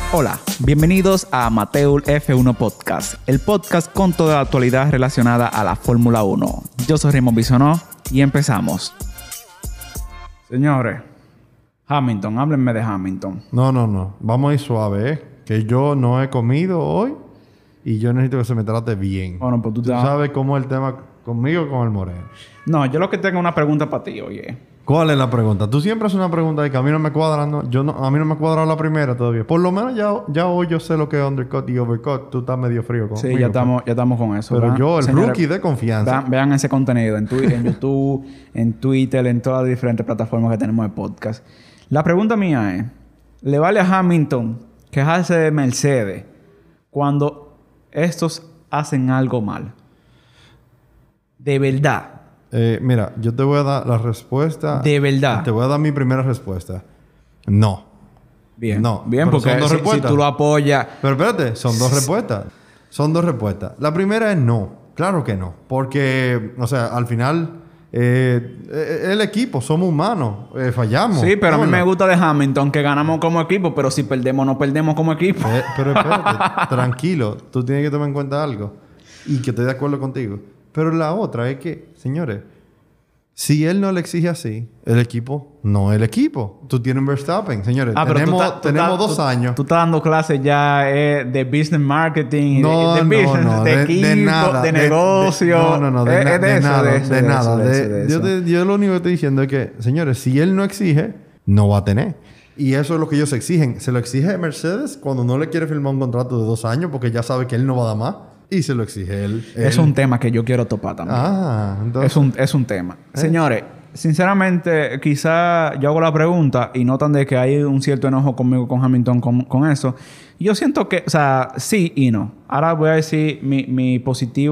Hola, bienvenidos a Amateur F1 Podcast, el podcast con toda la actualidad relacionada a la Fórmula 1. Yo soy Raymond Bisonó y empezamos. Señores, Hamilton, háblenme de Hamilton. No. Vamos a ir suave, ¿eh? Que yo no he comido hoy y yo necesito que se me trate bien. Bueno, pues tú sabes cómo es el tema conmigo o con el Moreno. No, yo lo que tengo es una pregunta para ti, oye. ¿Cuál es la pregunta? Tú siempre haces una pregunta de que a mí no me cuadra. A mí no me ha cuadrado la primera todavía. Por lo menos ya hoy yo sé lo que es undercut y overcut. Tú estás medio frío conmigo. Sí, ya estamos con eso. Pero ¿verdad? yo, el Señores, rookie de confianza. Vean ese contenido en YouTube, en Twitter, en todas las diferentes plataformas que tenemos de podcast. La pregunta mía es, ¿le vale a Hamilton quejarse de Mercedes cuando estos hacen algo mal? De verdad. Mira, yo te voy a dar la respuesta. De verdad. Te voy a dar mi primera respuesta. No. Bien. No. Bien, Pero porque si tú lo apoyas... Pero espérate, son dos respuestas. La primera es no. Claro que no. Porque, o sea, al final... el equipo, somos humanos. Fallamos. Sí, pero a mí me gusta de Hamilton que ganamos como equipo, pero si perdemos, no perdemos como equipo. Pero espérate, tranquilo. Tú tienes que tomar en cuenta algo. Y que estoy de acuerdo contigo. Pero la otra es que, señores, si él no le exige así, el equipo no es el equipo. Tú tienes un Verstappen, señores. Tenemos 2 años. Tú estás dando clases ya de business marketing, de business, de equipo, de nada, de negocio. De nada. Yo lo único que estoy diciendo es que, señores, si él no exige, no va a tener. Y eso es lo que ellos exigen. Se lo exige Mercedes cuando no le quiere firmar un contrato de 2 años porque ya sabe que él no va a dar más. Y se lo exige él. Es un tema que yo quiero topar también. Entonces... Es un tema. Señores, sinceramente, quizá yo hago la pregunta y notan de que hay un cierto enojo conmigo con Hamilton con eso. Yo siento que, o sea, sí y no. Ahora voy a decir mi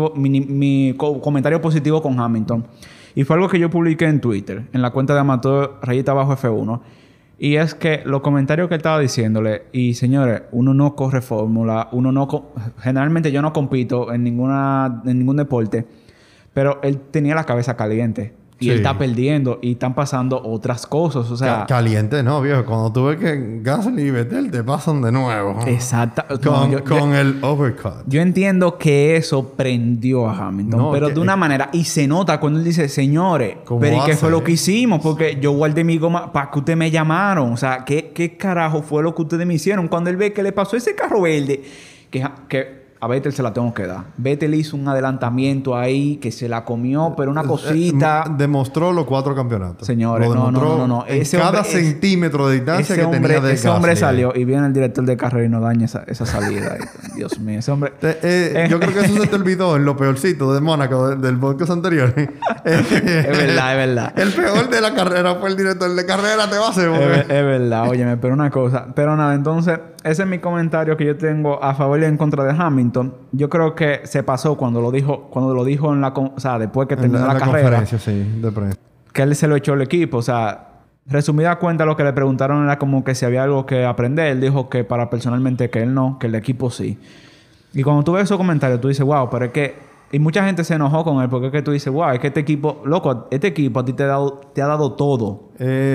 comentario positivo con Hamilton. Y fue algo que yo publiqué en Twitter, en la cuenta de Amateur F1. Y es que los comentarios que él estaba diciéndole... Y, señores, uno no corre fórmula. Generalmente yo no compito en ningún deporte. Pero él tenía la cabeza caliente. Y sí. Él está perdiendo. Y están pasando otras cosas. O sea... Caliente no, viejo. Cuando tú ves que Gasly y Vettel te pasan de nuevo. Exacto. Con el overcut. Yo entiendo que eso prendió a Hamilton. No, pero de una manera... Y se nota cuando él dice... Señores... Pero ¿y qué fue lo que hicimos? Porque yo guardé mi goma... ¿Para que ustedes me llamaron? O sea... ¿Qué carajo fue lo que ustedes me hicieron? Cuando él ve que le pasó ese carro verde... Que a Vettel se la tengo que dar. Vettel hizo un adelantamiento ahí que se la comió, pero una cosita... Demostró los 4 campeonatos. Señores, no. Cada centímetro de distancia que tenía de ese hombre salió y viene el director de carrera y no daña esa salida. Dios mío, ese hombre... yo creo que eso se te olvidó en lo peorcito de Mónaco, del podcast anterior. Es verdad. El peor de la carrera fue el director de carrera. Te va a hacer... Es verdad. Óyeme, pero una cosa... Pero nada, entonces... Ese es mi comentario que yo tengo a favor y en contra de Hamilton. Yo creo que se pasó cuando lo dijo en la... O sea, después que terminó la carrera. Conferencia, sí, de prensa. Que él se lo echó al equipo. O sea, resumida cuenta, lo que le preguntaron era como que si había algo que aprender. Él dijo que personalmente que él no, que el equipo sí. Y cuando tú ves esos comentarios, tú dices, wow, pero es que... Y mucha gente se enojó con él porque es que tú dices, wow, es que este equipo... Loco, este equipo a ti te ha dado todo.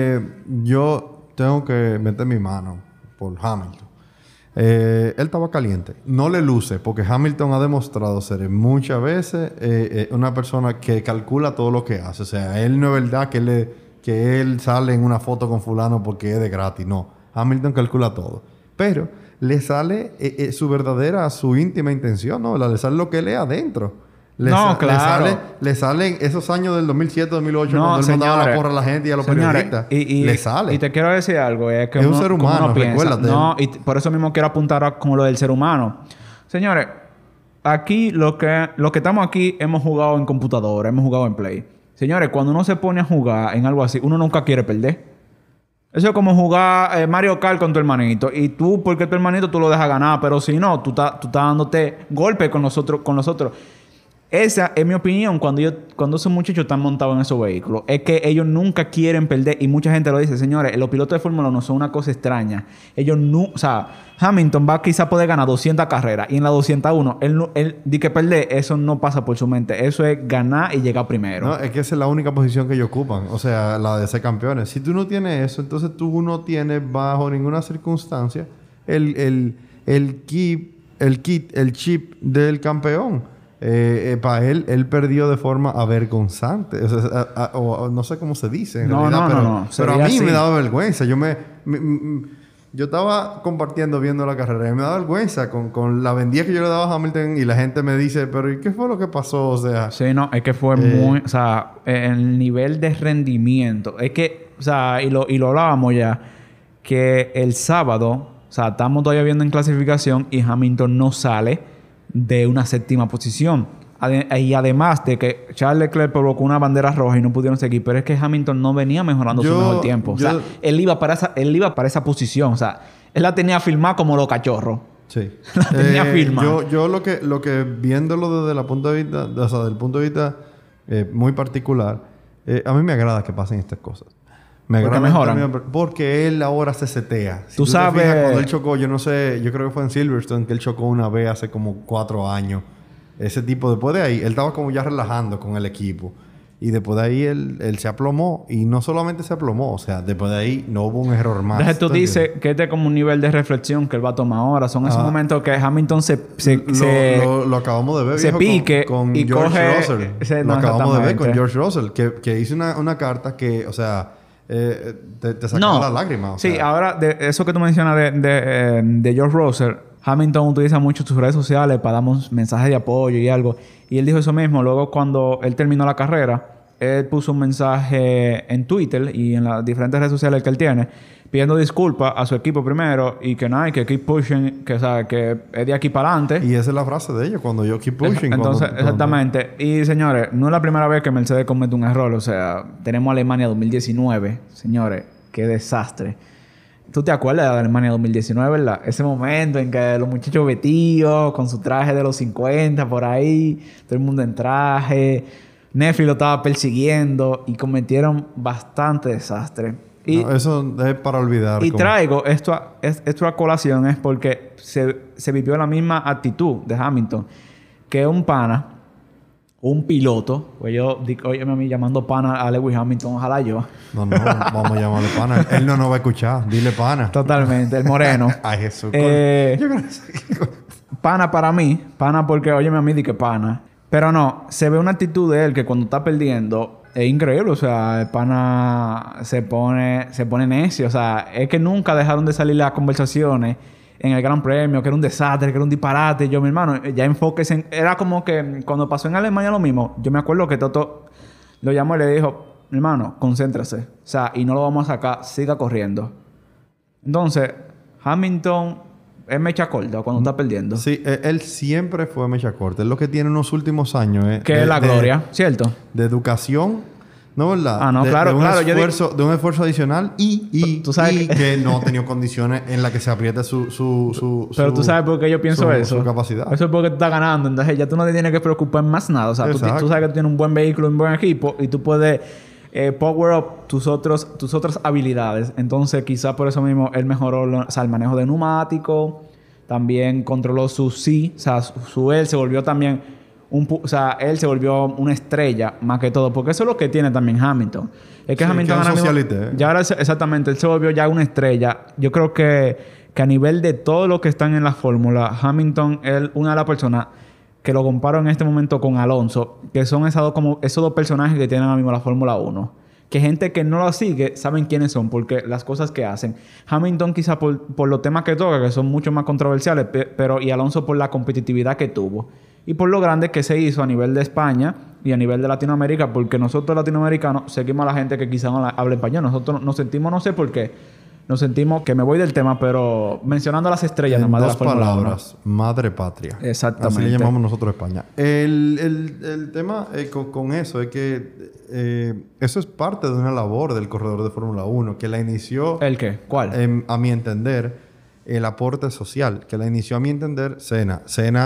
Yo tengo que meter mi mano por Hamilton. Él estaba caliente. No le luce porque Hamilton ha demostrado ser muchas veces una persona que calcula todo lo que hace. O sea, él no es verdad que él sale en una foto con fulano porque es de gratis. No. Hamilton calcula todo. Pero le sale su íntima intención, ¿no? Le sale lo que él es adentro. Claro. Le salen esos años del 2007, 2008, cuando él mandaba la porra a la gente y a los periodistas. Le sale. Y te quiero decir algo. Es que es un ser humano, recuérdate. No, y por eso mismo quiero apuntar con lo del ser humano. Señores, aquí lo que estamos aquí hemos jugado en computadora, hemos jugado en Play. Señores, cuando uno se pone a jugar en algo así, uno nunca quiere perder. Eso es como jugar Mario Kart con tu hermanito. Y tú, porque tu hermanito, tú lo dejas ganar. Pero si no, tú estás dándote golpes con los otros. Esa es mi opinión cuando esos muchachos están montados en esos vehículos. Es que ellos nunca quieren perder. Y mucha gente lo dice. Señores, los pilotos de Fórmula 1 son una cosa extraña. Ellos no... O sea, Hamilton va quizá poder ganar 200 carreras. Y en la 201, él di que perder, eso no pasa por su mente. Eso es ganar y llegar primero. No, es que esa es la única posición que ellos ocupan. O sea, la de ser campeones. Si tú no tienes eso, entonces tú no tienes bajo ninguna circunstancia el chip del campeón. Para él perdió de forma avergonzante. O sea, no sé cómo se dice en realidad, pero a mí me daba vergüenza. Yo estaba compartiendo, viendo la carrera y me daba vergüenza con la vendida que yo le daba a Hamilton y la gente me dice, pero ¿y qué fue lo que pasó? O sea... Sí, no, es que fue muy... O sea, el nivel de rendimiento. Es que, o sea, y lo hablábamos ya, que el sábado, o sea, estamos todavía viendo en clasificación y Hamilton no sale de una séptima posición. Y además de que Charles Leclerc provocó una bandera roja y no pudieron seguir, pero es que Hamilton no venía mejorando su mejor tiempo. O sea, él iba para esa posición. O sea, él la tenía firmada como los cachorros. Sí. La tenía firmada. Yo lo que viéndolo desde el punto de vista, o sea, del punto de vista muy particular, a mí me agrada que pasen estas cosas. Me agrada mejoran. Porque él ahora se setea. Tú sabes... Cuando él chocó, yo no sé, yo creo que fue en Silverstone que él chocó una vez hace como 4 años. Ese tipo, después de ahí, él estaba como ya relajando con el equipo. Y después de ahí, él se aplomó. Y no solamente se aplomó, o sea, después de ahí no hubo un error más. Entonces tú dices que este es como un nivel de reflexión que él va a tomar ahora. Son esos momentos que Hamilton lo acabamos de ver, se viejo, pique con y George Russell. Lo acabamos de ver con George Russell. Que hizo una carta que, o sea... te sacaba la lágrima. Sí, ahora, de eso que tú mencionas de George Russell... Hamilton utiliza mucho sus redes sociales para darnos mensajes de apoyo y algo. Y él dijo eso mismo. Luego, cuando él terminó la carrera, él puso un mensaje en Twitter y en las diferentes redes sociales que él tiene, pidiendo disculpas a su equipo primero y que nada, que keep pushing, que, o sea, que es de aquí para adelante. Y esa es la frase de ellos, cuando yo keep pushing. Entonces, exactamente. Y, señores, no es la primera vez que Mercedes comete un error. O sea, tenemos Alemania 2019. Señores, qué desastre. ¿Tú te acuerdas de Alemania 2019, verdad? Ese momento en que los muchachos vestidos con su traje de los 50 por ahí, todo el mundo en traje, Netflix lo estaba persiguiendo y cometieron bastante desastre. Y, eso es para olvidar. Y traigo esto a colación es porque se vivió la misma actitud de Hamilton, que un pana, un piloto, pues yo digo, oye, a mí llamando pana a Lewis Hamilton, ojalá yo. No, vamos a llamarle pana. Él no nos va a escuchar, dile pana. Totalmente, el moreno. Ay, Jesús. Pana para mí, pana porque, óyeme a mí, di que pana. Pero no, se ve una actitud de él que cuando está perdiendo es increíble. O sea, el pana se pone necio. O sea, es que nunca dejaron de salir las conversaciones en el Gran Premio, que era un desastre, que era un disparate. Yo, mi hermano, ya enfóquese en... Era como que cuando pasó en Alemania lo mismo. Yo me acuerdo que Toto lo llamó y le dijo, mi hermano, concéntrese. O sea, y no lo vamos a sacar, siga corriendo. Entonces, Hamilton es mecha corta cuando está perdiendo. Sí, él siempre fue mecha corta. Es lo que tiene en los últimos años. Que es la gloria, ¿cierto? De educación... ¿No, verdad? Ah, no, claro. De un esfuerzo adicional y que no ha tenido condiciones en las que se apriete su Pero tú sabes por qué yo pienso eso. Su capacidad. Eso es porque tú estás ganando. Entonces ya tú no te tienes que preocupar más nada. O sea, tú sabes que tú tienes un buen vehículo, un buen equipo y tú puedes power up tus otras habilidades. Entonces quizás por eso mismo él mejoró el manejo de neumático. También controló su sí. O sea, él se volvió también... él se volvió una estrella más que todo. Porque eso es lo que tiene también Hamilton. Es que Hamilton ahora mismo... Ya ahora exactamente. Él se volvió ya una estrella. Yo creo que a nivel de todo lo que están en la fórmula, Hamilton es una de las personas que lo comparo en este momento con Alonso. Que son esos dos personajes que tienen ahora mismo la Fórmula 1. Que gente que no lo sigue saben quiénes son. Porque las cosas que hacen. Hamilton quizá por los temas que toca, que son mucho más controversiales. Y Alonso por la competitividad que tuvo. Y por lo grande que se hizo a nivel de España y a nivel de Latinoamérica, porque nosotros latinoamericanos seguimos a la gente que quizá no habla español. Nosotros nos sentimos, no sé por qué, nos sentimos, que me voy del tema, pero mencionando a las estrellas nomás de la Fórmula 1. Madre patria. Exactamente. Así le llamamos nosotros España. El tema con eso es que eso es parte de una labor del corredor de Fórmula 1, que la inició... ¿El qué? ¿Cuál? A mi entender... el aporte social, que la inició a mi entender Senna.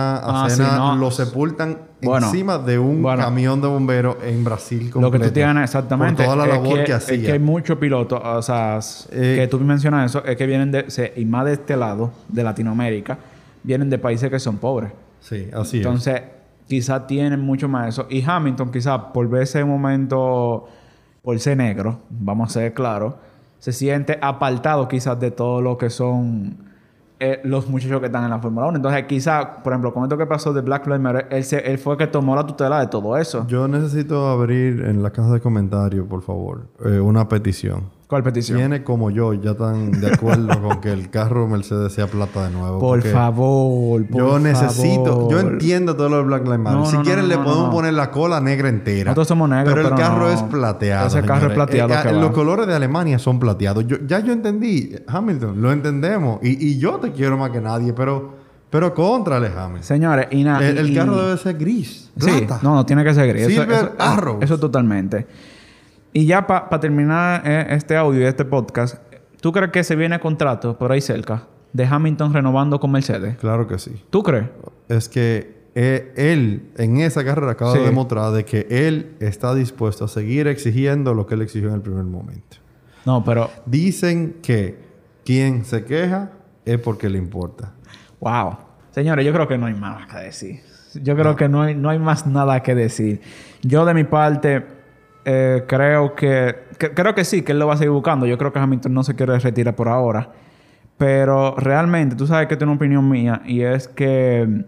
Lo sepultan encima de un camión de bomberos en Brasil completo. Lo que tú tienes exactamente. Por toda la labor que hacía. Es que hay muchos pilotos, o sea, que tú mencionas eso, es que vienen y más de este lado, de Latinoamérica, vienen de países que son pobres. Sí, así Entonces, quizás tienen mucho más eso. Y Hamilton, quizás por verse un momento, por ser negro, vamos a ser claros, se siente apartado quizás de todo lo que son los muchachos que están en la Fórmula 1. Entonces, quizá, por ejemplo, con esto que pasó de Black Lives Matter, él fue el que tomó la tutela de todo eso. Yo necesito abrir en la caja de comentarios, por favor, una petición. ¿Cuál petición? Tiene como yo ya están de acuerdo con que el carro Mercedes sea plata de nuevo. Por favor, yo necesito... Yo entiendo todo lo de Black Lives Matter. Si quieren le podemos poner la cola negra entera. Nosotros somos negros, pero el carro es plateado. Ese carro es plateado. Los colores de Alemania son plateados. Yo entendí. Hamilton, lo entendemos. Y yo te quiero más que nadie, pero contrale, Hamilton. Señores, el carro debe ser gris. Plata. Sí, no tiene que ser gris. Silver Arrow. Eso totalmente. Y ya para terminar este audio y este podcast, ¿tú crees que se viene contrato por ahí cerca de Hamilton renovando con Mercedes? Claro que sí. ¿Tú crees? Es que él en esa carrera acaba de demostrar de que él está dispuesto a seguir exigiendo lo que él exigió en el primer momento. No, pero... Dicen que quien se queja es porque le importa. Wow. Señores, yo creo que no hay más que decir. Yo creo que no hay más nada que decir. Yo de mi parte... creo que sí, que él lo va a seguir buscando. Yo creo que Hamilton no se quiere retirar por ahora. Pero realmente, tú sabes que tengo una opinión mía. Y es que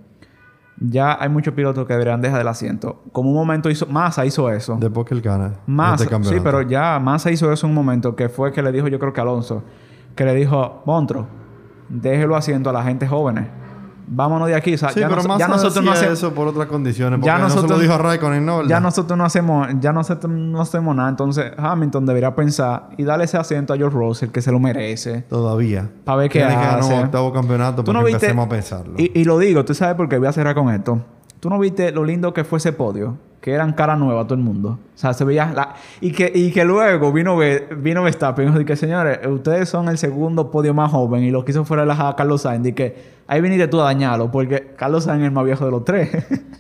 ya hay muchos pilotos que deberían dejar el asiento. Como un momento Massa hizo eso. Después que él gana Massa, este campeonato. sí, pero ya Massa hizo eso en un momento. Que fue que le dijo, yo creo que Alonso. Que le dijo, Montro, déjelo asiento a la gente jóvenes. Vámonos de aquí. O sea, sí, pero ya nosotros no hacemos eso por otras condiciones. Porque ya nosotros, no se lo dijo a Raikkonen, ¿no? Ya nosotros no hacemos nada. Entonces, Hamilton debería pensar y darle ese asiento a George Russell, que se lo merece. Todavía. Para ver qué hace. Tiene que ganar un octavo campeonato para que empecemos a pensarlo. Y lo digo, tú sabes por qué. Voy a cerrar con esto. ¿Tú no viste lo lindo que fue ese podio? Que eran cara nueva todo el mundo. O sea, se veía... Y que luego vino Verstappen y dijo que, señores, ustedes son el segundo podio más joven. Y lo que hizo fue relajar a Carlos Sainz. Y que ahí viniste tú a dañarlo. Porque Carlos Sainz es el más viejo de los tres.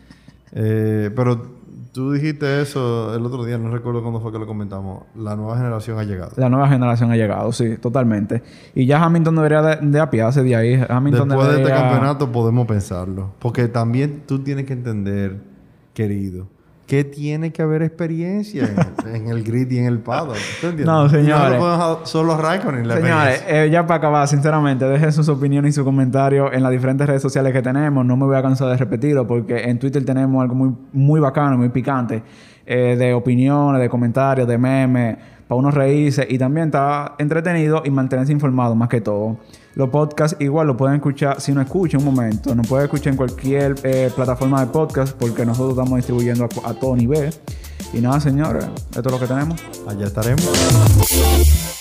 Pero tú dijiste eso el otro día. No recuerdo cuándo fue que lo comentamos. La nueva generación ha llegado. La nueva generación ha llegado, sí. Totalmente. Y ya Hamilton debería de apiarse de ahí. Después de este campeonato podemos pensarlo. Porque también tú tienes que entender, querido... que tiene que haber experiencia en el grid y en el paddock. ¿Tú entiendes? No, señores. No lo podemos dejar solo a Raikkonen la señores, ya para acabar, sinceramente, dejen sus opiniones y sus comentarios en las diferentes redes sociales que tenemos. No me voy a cansar de repetirlo porque en Twitter tenemos algo muy, muy bacano, muy picante. De opiniones, de comentarios, de memes, para uno reírse y también estar entretenido y mantenerse informado más que todo. Los podcasts igual lo pueden escuchar, si no escuchan un momento, nos pueden escuchar en cualquier plataforma de podcast porque nosotros estamos distribuyendo a todo nivel. Y nada, señores, esto es lo que tenemos. Allá estaremos.